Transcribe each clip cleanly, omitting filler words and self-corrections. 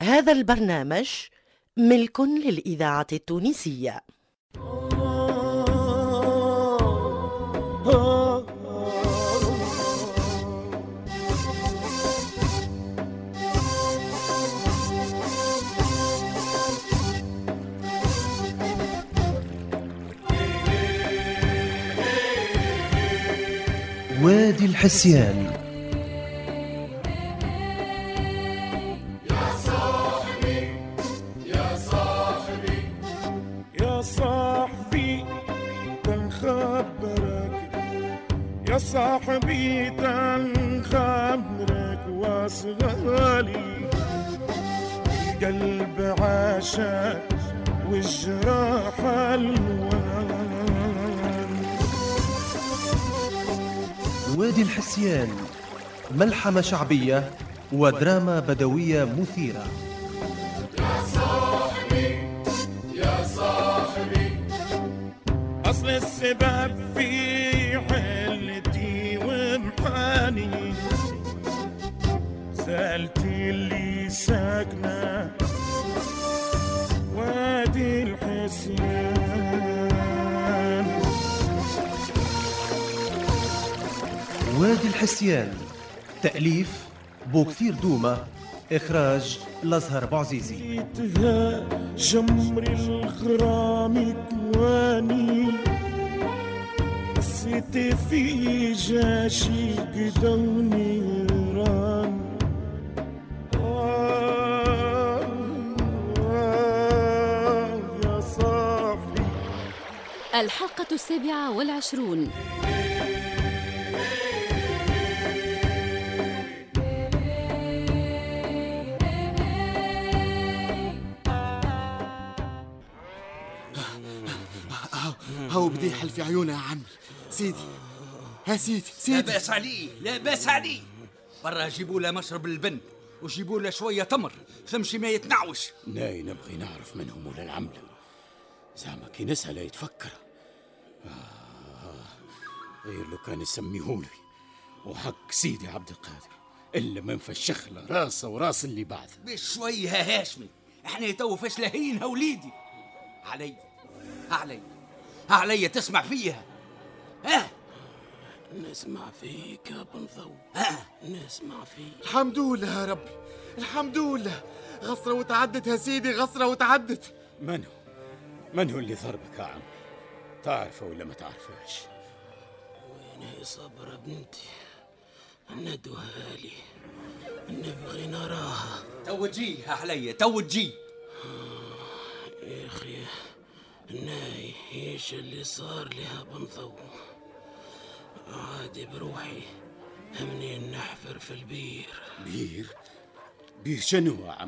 هذا البرنامج ملك للإذاعة التونسية. وادي الحسيان. يا صاحبي يا صاحبي يا صاحبي تنخبرك، يا صاحبي تنخبرك واصغالي القلب عاشق والجراح الوان. وادي الحسيان، ملحمة شعبية ودراما بدوية مثيرة. يا صاحبي يا صاحبي أصل السبب في حلتي ومحاني، سألتي اللي ساكنة وادي الحسيان. وادي الحسيان، تأليف بوكثير دومة، إخراج الأزهر بوعزيزي. جمر الغرام كواني، حسيت في جاشي قدوني ران. يا صاحبي. الحلقة 27. هو بدي يحل في عيونه يا عمي. سيدي ها سيدي لا باس عليه، لا باس عليه. برا جيبوا له مشرب البن وجيبوا له شويه تمر، فمشي ما يتنعوش. ناي نبغي نعرف من هم العملة، زعما كي نسأل يتفكر. غير لو كان يسميهولي وحق سيدي عبد القادر إلا من فشخ له راسه وراس اللي بعده. بشوي يا هاشمي، احنا تو فشلهين وليدي. علي تسمع فيها. نسمع فيك يا بن ضو. نسمع فيك. الحمد لله يا ربي، الحمد لله. غصرة وتعدت يا سيدي، غصرة وتعدت. من هو اللي ضربك يا عم؟ تعرفه ولا ما تعرفهاش؟ وين هي صبرة بنتي؟ ندوها لي، نبغي نراها. توجيه علي توجيه. يا أخي ناي ايش اللي صار لها بن ضو؟ عادي بروحي منين نحفر في البير. بير شنو يا عم؟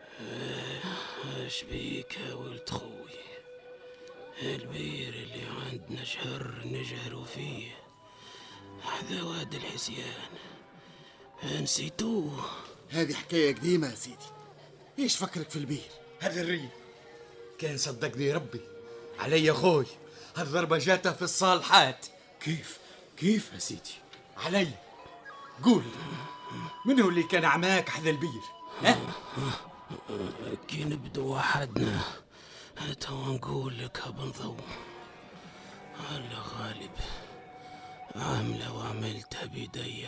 ايش بيك يا ولد خوي؟ البير اللي عندنا شهر نجهروا فيه هذا وادي الحسيان، نسيتوه؟ هذه حكاية قديمة يا سيدي، ايش فكرك في البير؟ هذا الري كان صدقني ربي علي يا خوي، هالضربة جاته في الصالحات. كيف يا سيدي؟ علي قول، من هو اللي كان عماك حذا البير؟ كي نبدو وحدنا توا نقول لك بن ضو. الله غالب عاملة وعملتها بيديا.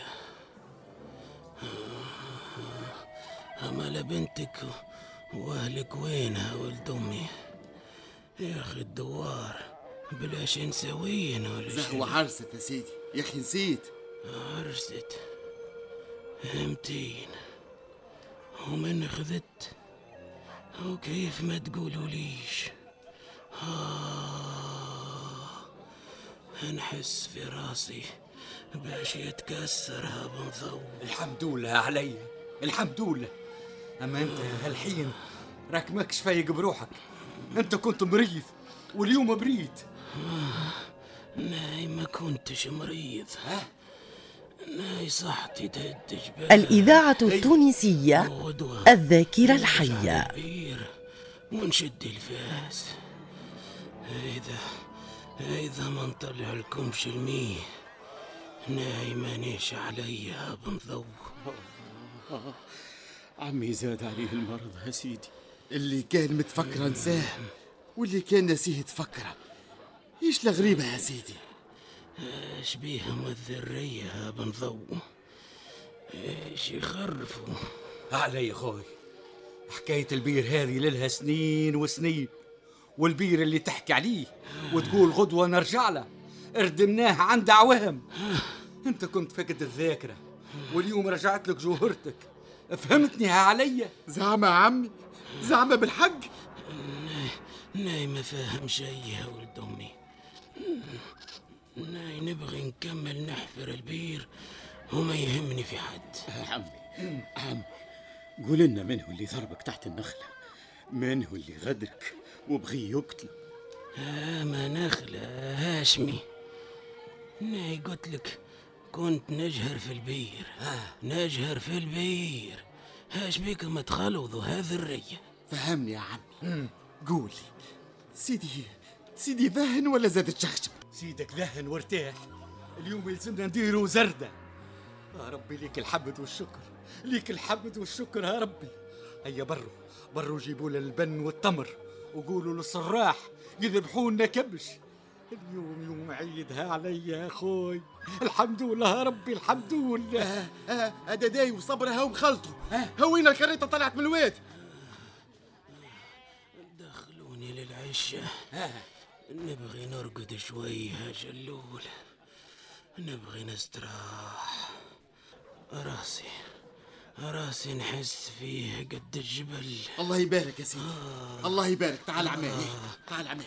أما لبنتك واهلك وينها ولد أمي؟ يا أخي الدوار بلاش نسوين ولا شيء. زهوة عرست يا سيدي، يا أخي نسيت. عرست همتين ومن خذت وكيف ما تقولوا ليش. نحس في راسي باش يتكسر بن ضو. الحمد لله علي، الحمد لله. اما انت هالحين راك ماكش فايق بروحك، انت كنت مريض واليوم بريد. ناي ما كنتش مريض، ناي صحتي تهد جبال. الإذاعة التونسية، الذاكرة الحية. ونشد الفاس إذا ما نطلع لكمش الميه ناي مانيش عليا بن ضو. عمي زاد عليه المرض يا سيدي. اللي كان متفكره نساه واللي كان نسيه تفكره. ايش الغريبة يا سيدي؟ ايش بيهم الذرية يا بن ضو؟ ايش يخرفوا علي يا خوي، حكاية البير هذه لها سنين وسنين، والبير اللي تحكي عليه وتقول غدوة نرجع له اردمناه عند عوام. انت كنت فقد الذاكرة واليوم رجعت لك جوهرتك. فهمتني ها علي؟ زعما يا عمي، زعما بالحق؟ ناي ما فاهم شيء يا ولد امي. ناي نبغي نكمل نحفر البير وما يهمني في حد. عمي قول لنا من هو اللي ضربك تحت النخلة؟ من هو اللي غدرك وبغي يقتلك؟ ما نخلة هاشمي. ناي قلت لك كنت نجهر في البير. نجهر في البير. هاش بيكم تخلوضوا هذا الرية؟ فهمني يا عمي. قول سيدي ذهن ولا زاد تشخشب؟ سيدك ذهن وارتاح. اليوم يلزمنا نديروا زردة. يا ربي ليك الحمد والشكر، ليك الحمد والشكر يا ربي. هيا بروا جيبوا لنا البن والتمر وقولوا للصراح يذبحوا لنا كبش. اليوم يوم عيدها علي يا اخوي. الحمد لله يا ربي، الحمد لله. داي وصبرها ومخلطوا. هوينا الكريطة طلعت من الواد. دخلوني للعشاء. نبغي نرقد شوي يا جلول. نبغي نستراح. راسي نحس فيه قد الجبل. الله يبارك يا سيدي. الله يبارك. تعال عمي. تعال عمي.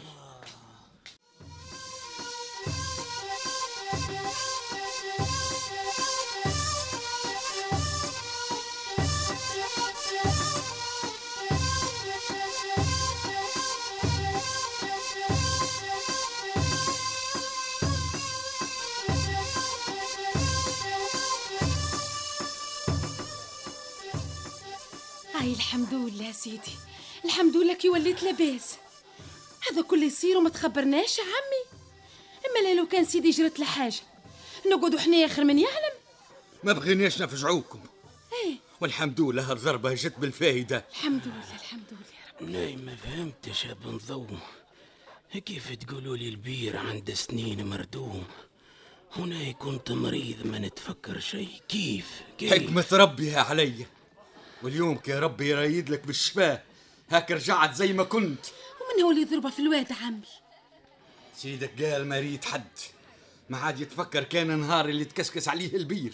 الحمد لله سيدي، الحمد لله كي وليت لاباس. هذا كله يصير وما تخبرناش يا عمي. اما لو كان سيدي جرت لحاجه نقعدوا حنايا خير من يعلم. ما بغيناش نفجعوكم. والحمد لله الضربه جت بالفايده. الحمد لله الحمد لله. ناي ما فهمتش يا بن ضو، كيف تقولوا لي البير عند سنين مردوم هنا كنت مريض ما نتفكر شيء؟ كيف حكمة ربي يا علي. واليوم كي ربي يرايد لك بالشفاه هاك رجعت زي ما كنت. ومن هو اللي ضربه في الواد عمي؟ سيدك قال ما ريد حد، ما عاد يتفكر كان نهار اللي تكسكس عليه البير.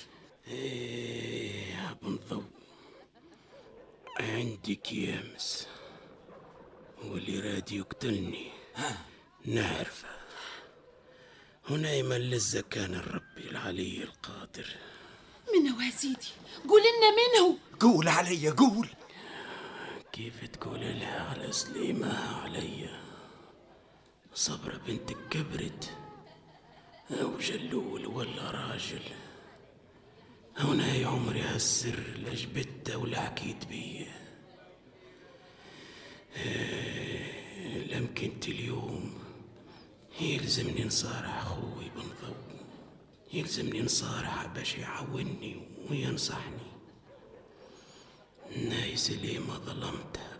يا بن ضو عندك يامس واللي راد يقتلني نعرفه. هنا يملز كان الرب العلي القادر. منه يا سيدي؟ قول لنا منه. قول علي قول. كيف تقول لها على سليمة علي؟ صبرة بنتك كبرت أو جلول ولا راجل؟ هنا يا عمري هالسر لا جبته ولا حكيت بيه. لمكنت اليوم يلزمني نصارح أخوي بن ضو، يلزمني نصارح باش يعاوني وينصحني. ناي سليمة ظلمتها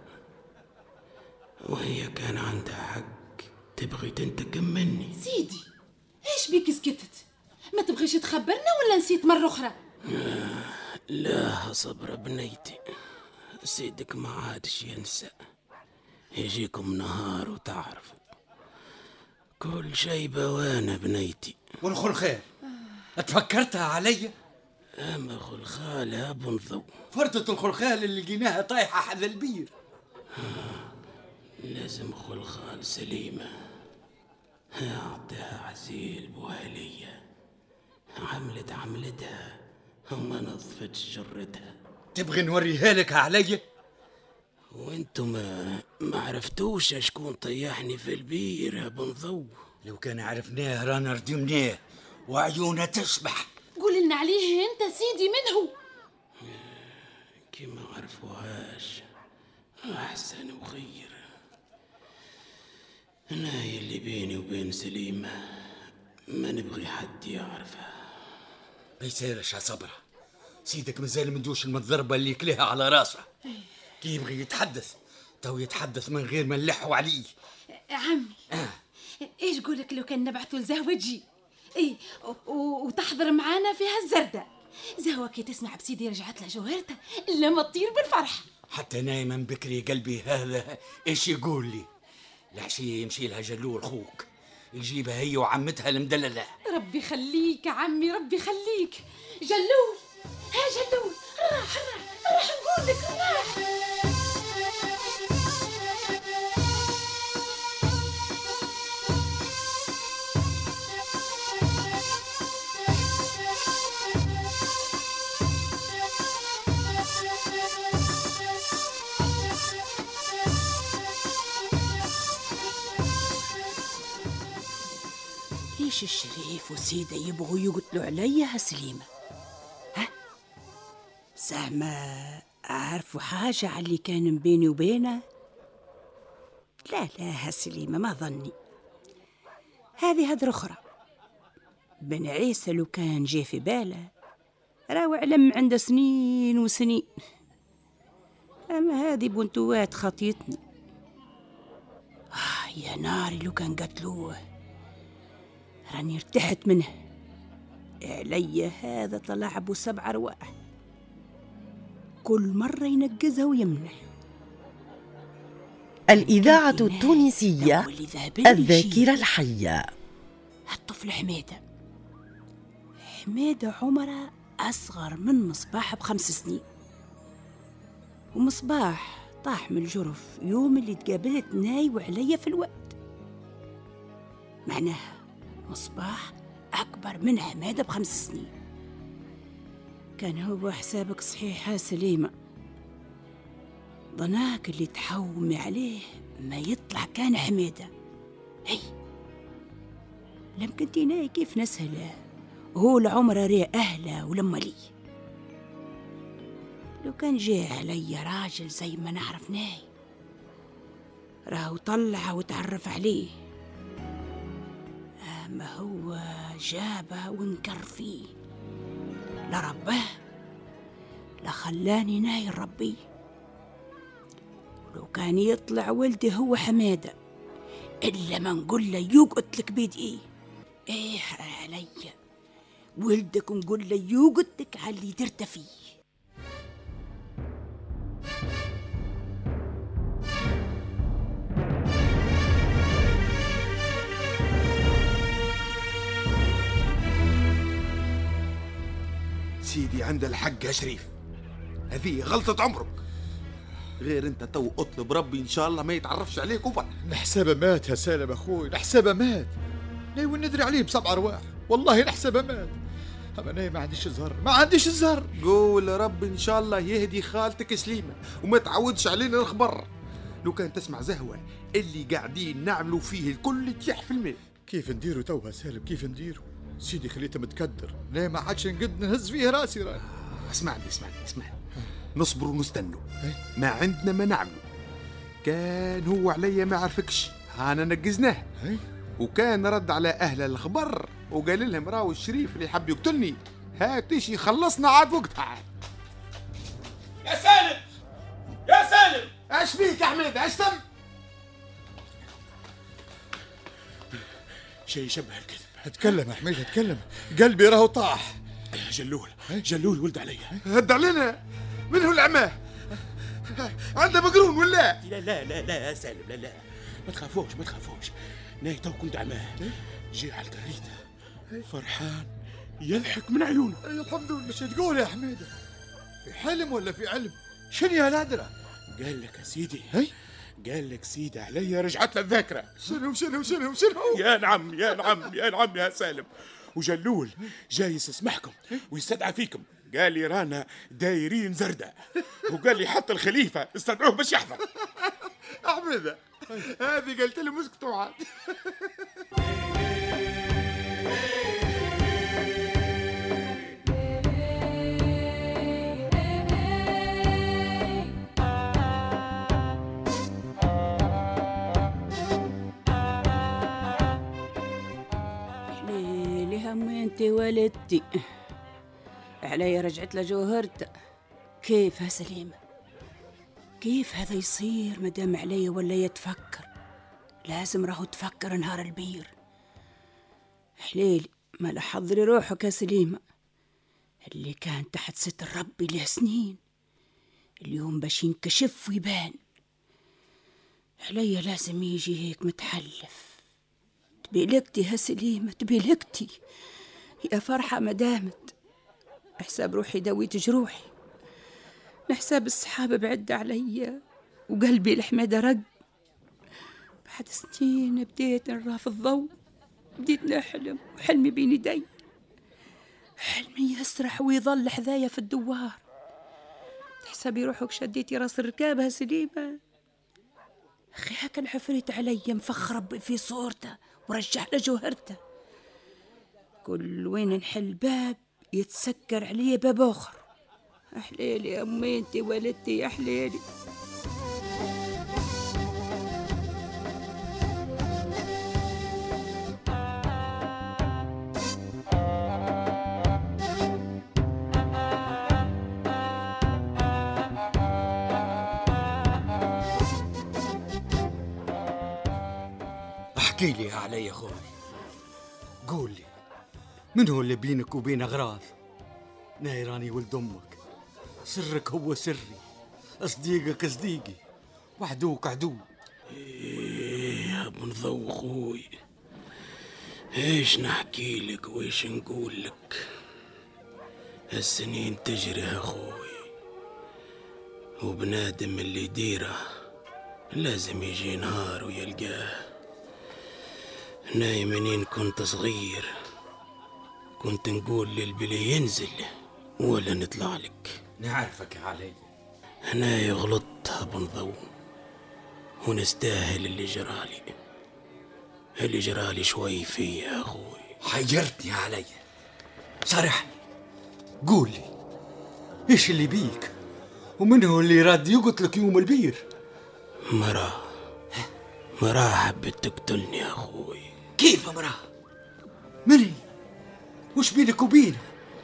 وهي كان عندها حق، تبغي تنتقم مني. سيدي ايش بيك سكتت؟ ما تبغيش تخبرنا ولا نسيت مرة أخرى؟ لا صبر بنيتي، سيدك ما عادش ينسى. يجيكم نهار وتعرفوا كل شيء بوانا بنيتي. والخلخال تفكرتها علي؟ أما خلخال يا بن ضو، فرطة الخلخال اللي لقيناها طايحة حذا البير. لازم خلخال سليمة. أعطيها عزيل بوهلية، عملت عملتها وما نظفتش جرتها. تبغي نوريها لك علي؟ وانتم ما عرفتوش شكون طيحني في البير يا بن ضو؟ لو كان عرفناه رانا ردمناه وعيونه تشبح. قول لنا عليه انت سيدي منه. كي ما عرفوهاش احسن وخير. انا اللي بيني وبين سليمة ما نبغي حد يعرفها. ما يسالش يا صبرة، سيدك مازال مندوش من الضربة اللي كلها على راسه. كي يبغي يتحدث تو يتحدث من غير ما نلحوا عليه. عمي ايش قولك لو كان نبعثوا لزهوة تجي وتحضر معانا فيها الزردة. زهوة كي تسمع بسيدي رجعت لها جوهرتها لما تطير بالفرح. حتى نايما بكري قلبي هذا ايش يقول لي. العشية يمشي لها جلول خوك يجيبها هي وعمتها المدللة. ربي خليك عمي ربي خليك. جلول ها جلول راح نقول لك راح. ليش الشريف وسيدة يبغوا يقتلوا عليا هالسليمة؟ ها؟ زعما عارفوا حاجة على اللي كان بيني وبينه؟ لا هالسليمة ما ظني. هذه هدرة أخرى. بن عيسى لو كان جي في باله راهو علم عنده سنين وسنين. أما هذه بنتوات خطيتني. يا ناري لو كان قتلوه راني ارتحت منه. علي هذا طلع ابو 7 أرواح كل مرة ينقزها ويمنح. الإذاعة التونسية الذاكرة الحية. الطفل حميدة عمره أصغر من مصباح ب5 سنين. ومصباح طاح من الجرف يوم اللي تقابلت ناي وعليا في الوقت. معناها مصباح أكبر من حميدة ب5 سنين. كان هو حسابك صحيحة سليمة. ظناك اللي تحومي عليه ما يطلع كان حميدة. هي لم كنتي ناي كيف نسهله هو العمر ريه أهله ولما لي. لو كان جاء علي راجل زي ما نعرف ناي راهو طلعه وتعرف عليه. ما هو جابه وانكر فيه لا رباه لا خلاني ناي ربي. ولو كان يطلع ولدي هو حماده إلا ما نقول له يقتلك بيدي. إيه علي ولدك نقول له يقتلك على اللي درت فيه. سيدي عند الحق يا شريف، هذه غلطة عمرك. غير انت تو اطلب ربي ان شاء الله ما يتعرفش عليك وبر. نحسبه مات يا سالم اخوي، نحسبه مات. ناوي ندري عليه ب7 أرواح والله نحسبه مات. اما انا ما عنديش الزهر. قول ربي ان شاء الله يهدي خالتك سليمة وما تعودش علينا الخبر. لو كان تسمع زهوة اللي قاعدين نعملوا فيه الكل تيح في الماء. كيف نديروا توها سالم كيف نديروا؟ سيدي خليته متكدر، لا ما عادش نقد نهز فيه راسي راني. اسمعني نصبر ونستنوا. ما عندنا ما نعملوا. كان هو عليا ما عرفكش انا نقزناه. وكان رد على اهل الخبر وقال لهم راهو الشريف اللي حب يقتلني هاتيش يخلصنا عاد وقتها. يا سالم اش بيك يا حميد اش تم؟ شيء شبه الكذب. اتكلم يا حميد اتكلم، قلبي راهو طاح. جلول ولد عليا. هد علينا من هو العماه؟ عنده مقرون ولا؟ لا يا سالم لا ما تخافوش ناي تو كنت عماه جي على الكريته فرحان يضحك من عيونه. الحمد لله. شو تقول يا حميدة؟ في حلم ولا في علم؟ شنو يا نادرة؟ قال لك يا سيدي قال لك سيدي عليا رجعت له الذاكرة. شنو؟ يا نعم يا سالم. وجلول جاي يسمحكم ويستدعى فيكم. قال لي رانا دايرين زردة وقال لي حتى الخليفة استدعوه باش يحضر. أحمد هذه قلت له مسكتوا عاد. ليها انت ولدتي علي رجعت له جوهرته. كيف يا سليمة؟ كيف هذا يصير مدام علي ولا يتفكر؟ لازم راهو تفكر نهار البير. حليلي ما لحضري روحك يا سليمة، اللي كان تحت ستر ربي له سنين اليوم باش ينكشف ويبان. علي لازم يجي هيك متحلف. تبيلكتي يا سليمة، تبيلكتي يا فرحة ما دامت. حساب روحي دويت جروحي، لحساب السحاب بعد عليا وقلبي الحمادة رق. بعد سنين بديت نرى في الضوء، بديت نحلم وحلمي بين يدي، حلمي يسرح ويظل حذايا في الدوار. تحسبي روحك شديتي راس الركابة يا سليمة. أخي هكا العفريت علي مفخر في صورته ورجع له جوهرته. كل وين نحل باب يتسكر علي باب آخر. أحليلي يا أمي أنتي ولدتي يا أحليلي. احكي لي يا علي يا خوي، قول لي من هو اللي بينك وبين أغراض؟ نايراني ولد أمك، سرك هو سري، صديقك صديقي، وعدوك عدو. إيه يا ابن ضو خوي، ايش نحكي لك وايش نقول لك؟ السنين تجري يا خوي، وبنادم اللي يديره لازم يجي نهار ويلقاه. نايمنين كنت صغير كنت نقول للبلي ينزل ولا نطلع لك. نعرفك يا علي. هنايا غلطت ابن ضو ونستاهل اللي جرالي شوي فيه يا اخوي. حيرتني يا علي، صرحني قول لي ايش اللي بيك، ومن هو اللي راد يقتلك يوم البير؟ مراه حبت تقتلني يا اخوي. كيف مراه؟ مني؟ وش بينك وبينه؟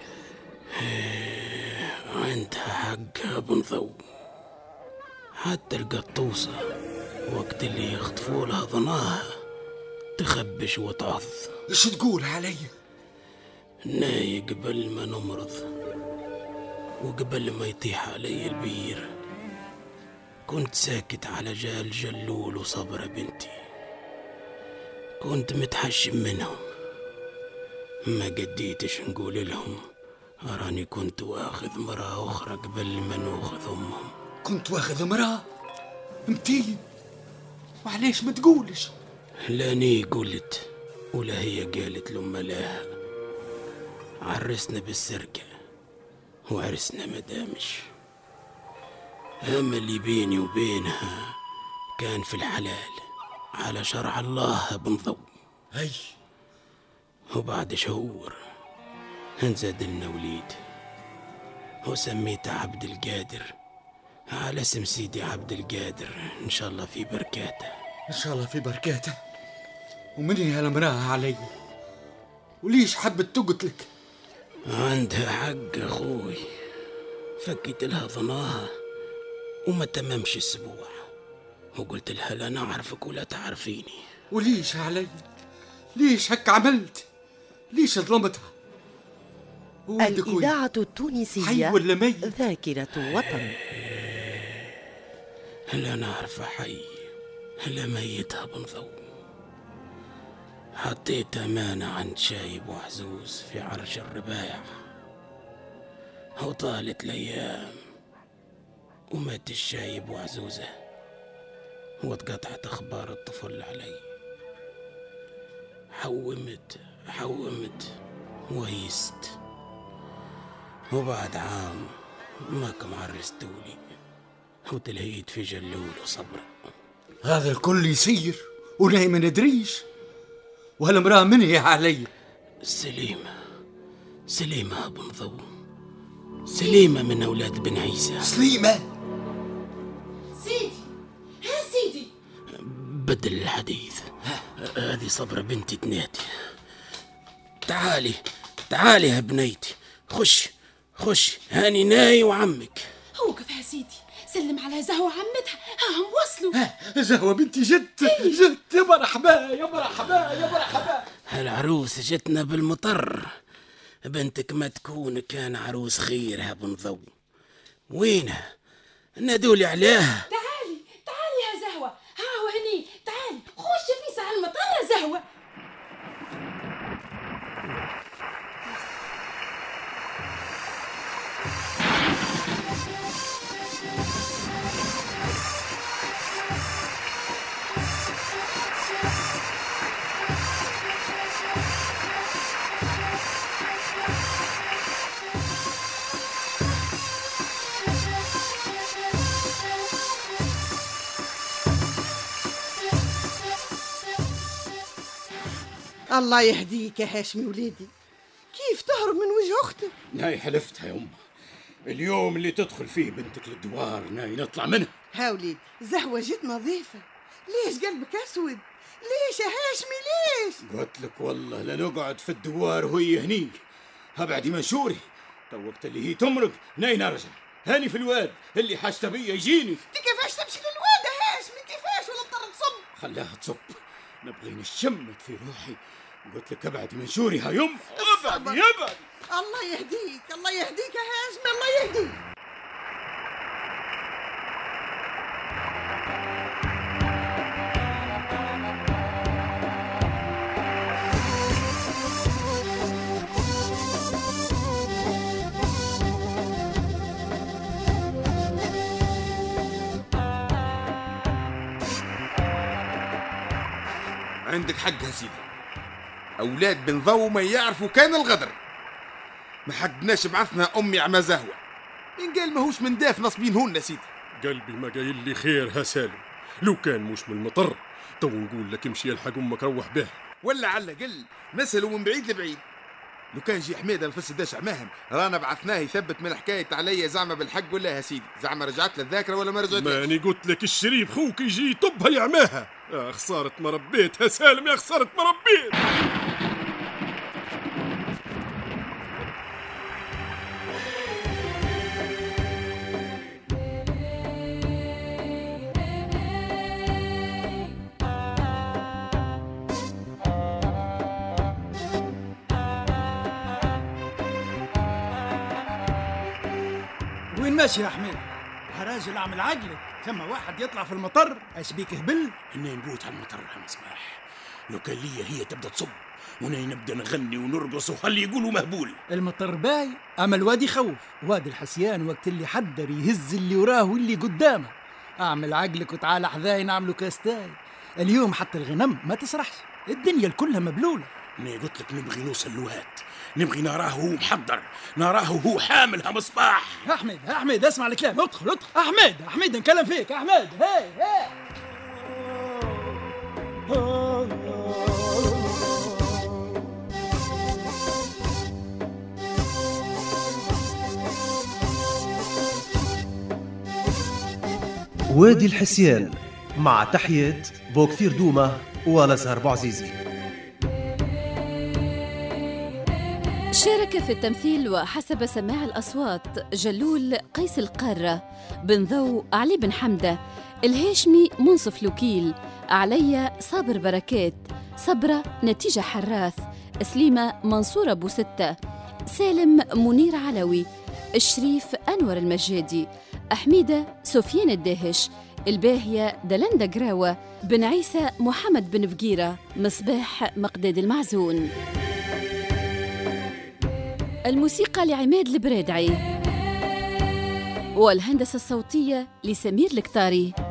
عندها حق يا ابن ضو، حتى القطوسة وقت اللي يخطفوا لها ظناها تخبش وتعض. ايش تقول علي؟ ناي قبل ما نمرض وقبل ما يطيح علي البير كنت ساكت على جال جلول وصبرة بنتي، كنت متحشم منهم، ما قديتش نقول لهم أراني كنت واخذ مرأة أخرى قبل ما ناخذ أمهم. كنت واخذ مرأة؟ متين؟ وعليش ما تقولش؟ لاني قلت ولا هي قالت لهم لها. عرسنا بالسرقة وعرسنا مدامش، أما اللي بيني وبينها كان في الحلال على شرع الله ابن ضو. هي وبعد شهور انزاد لنا وليد وسميته عبد القادر على اسم سيدي عبد القادر، ان شاء الله في بركاته. ان شاء الله في بركاته. ومن هي هالمرأة علي؟ وليش حبت تقتلك؟ عندها حق اخوي، فكيت لها ظناها وما تمامش اسبوع وقلت لها لا نعرفك ولا تعرفيني. وليش علي؟ ليش هك عملت؟ ليش ظلمتها؟ الإذاعة التونسية حي ولا ميت؟ ذاكرة وطن. لا نعرف حي لا ميتها ابن ضو. حطيت أمانة عند شايب وعزوز في عرش الربايع، وطالت الأيام ومات الشايب وعزوزه واتقطعت أخبار الطفل علي. حومت ويست، وبعد عام ما كم عرستولي وتلهيت في جلول وصبر. هذا الكل يصير وناي ما ندريش؟ وهالمرأة من هي علي؟ سليمة ابن ضو، سليمة من أولاد بن عيسى. سليمة؟ سيدي ها سيدي، بدل الحديث. هذه صبرة بنتي تنادي. تعالي يا بنيتي، خش هاني ناي وعمك. وقف يا سيدي، سلم على زهوة عمتها، هم وصلوا. زهوة بنتي جت يا مرحبا يا مرحبا يا مرحبا. العروس جتنا بالمطر، بنتك ما تكون كان عروس خيرها بنضو. وينها؟ نادولي عليها. تعالي يا زهوة، ها هو هني، تعالي خش في ساعة المطر يا زهوة. الله يهديك يا هاشمي وليدي، كيف تهرب من وجه أختك؟ ناي حلفتها يا أمه، اليوم اللي تدخل فيه بنتك للدوار ناي نطلع منها. ها وليدي، زهوة جت نظيفة، ليش قلبك أسود؟ ليش يا هاشمي ليش؟ قلت لك والله لنقعد في الدوار وهي هني، هبعدي منشوري، تو وقت اللي هي تمرق ناي نرجع. هاني في الواد اللي حاجته بيا يجيني. انت كيفاش تمشي للواد يا هاشمي؟ كيفاش ولا اضطر تصب؟ خلاها تصب، نبغي نشمت في روحي. قلت لك ابعدي منشوري ها يم، ابعدي ابعدي. الله يهديك الله يهديك يا هاشمي، الله يهديك. عندك حق يا سيدي، أولاد بن ضو ما يعرفوا كان الغدر. ما حدناش بعثنا أمي عما زهوة، إن قال ماهوش من داف نصبين هن سيدي. قلبي ما قايل لي خير ها سالم، لو كان مش من المطر تو نقول لك امشي الحق أمك روح به. ولا على قل نسألوا من بعيد لبعيد. لو كان جي حميدة الفسداش عماهم رانا بعثناه يثبت من الحكاية عليا زعما بالحق ولا يا سيدي، زعما رجعت للذاكرة ولا ما رجعت؟ ماني قلت لك الشريف خوك يجي يطبها يعماها. يا خسارة ما ربيت يا سالم، يا خسارة ما ربيت. وين ماشي يا حميد؟ يا راجل اعمل عقلك، ثم واحد يطلع في المطر ايش بيك هبل؟ اني نبوت على المطر يا مصباح، لو كان ليا هي تبدا تصب وني نبدا نغني ونرقص وخلي يقولوا مهبول. المطر باي، اما الوادي يخوف، وادي الحسيان وقت اللي حدر يهز اللي وراه واللي قدامه. اعمل عقلك وتعال حذاي نعملوا كاستاي. اليوم حتى الغنم ما تسرحش، الدنيا كلها مبلوله. اني قلت لك نبغي نوصل لواد، نبغي نراه هو محضر، نراه هو حاملها مصباح. احمد اسمع الكلام، ادخل احمد نكلم فيك احمد. هي وادي الحسيان، مع تحية بوكثير دومة والازهر بوعزيزي. شارك في التمثيل وحسب سماع الأصوات جلول قيس القارة، بن ضو علي بن حمدة، الهاشمي منصف لوكيل، علي صابر بركات، صبرة نتيجة حراث، سليمة منصور أبو ستة، سالم منير علوي، الشريف أنور المجادي، أحميدة سفيان الداهش، الباهية دلندا قراوة، بن عيسى محمد بن فقيرة، مصباح مقداد المعزون. الموسيقى لعماد البرادعي، والهندسة الصوتية لسمير الكتاري.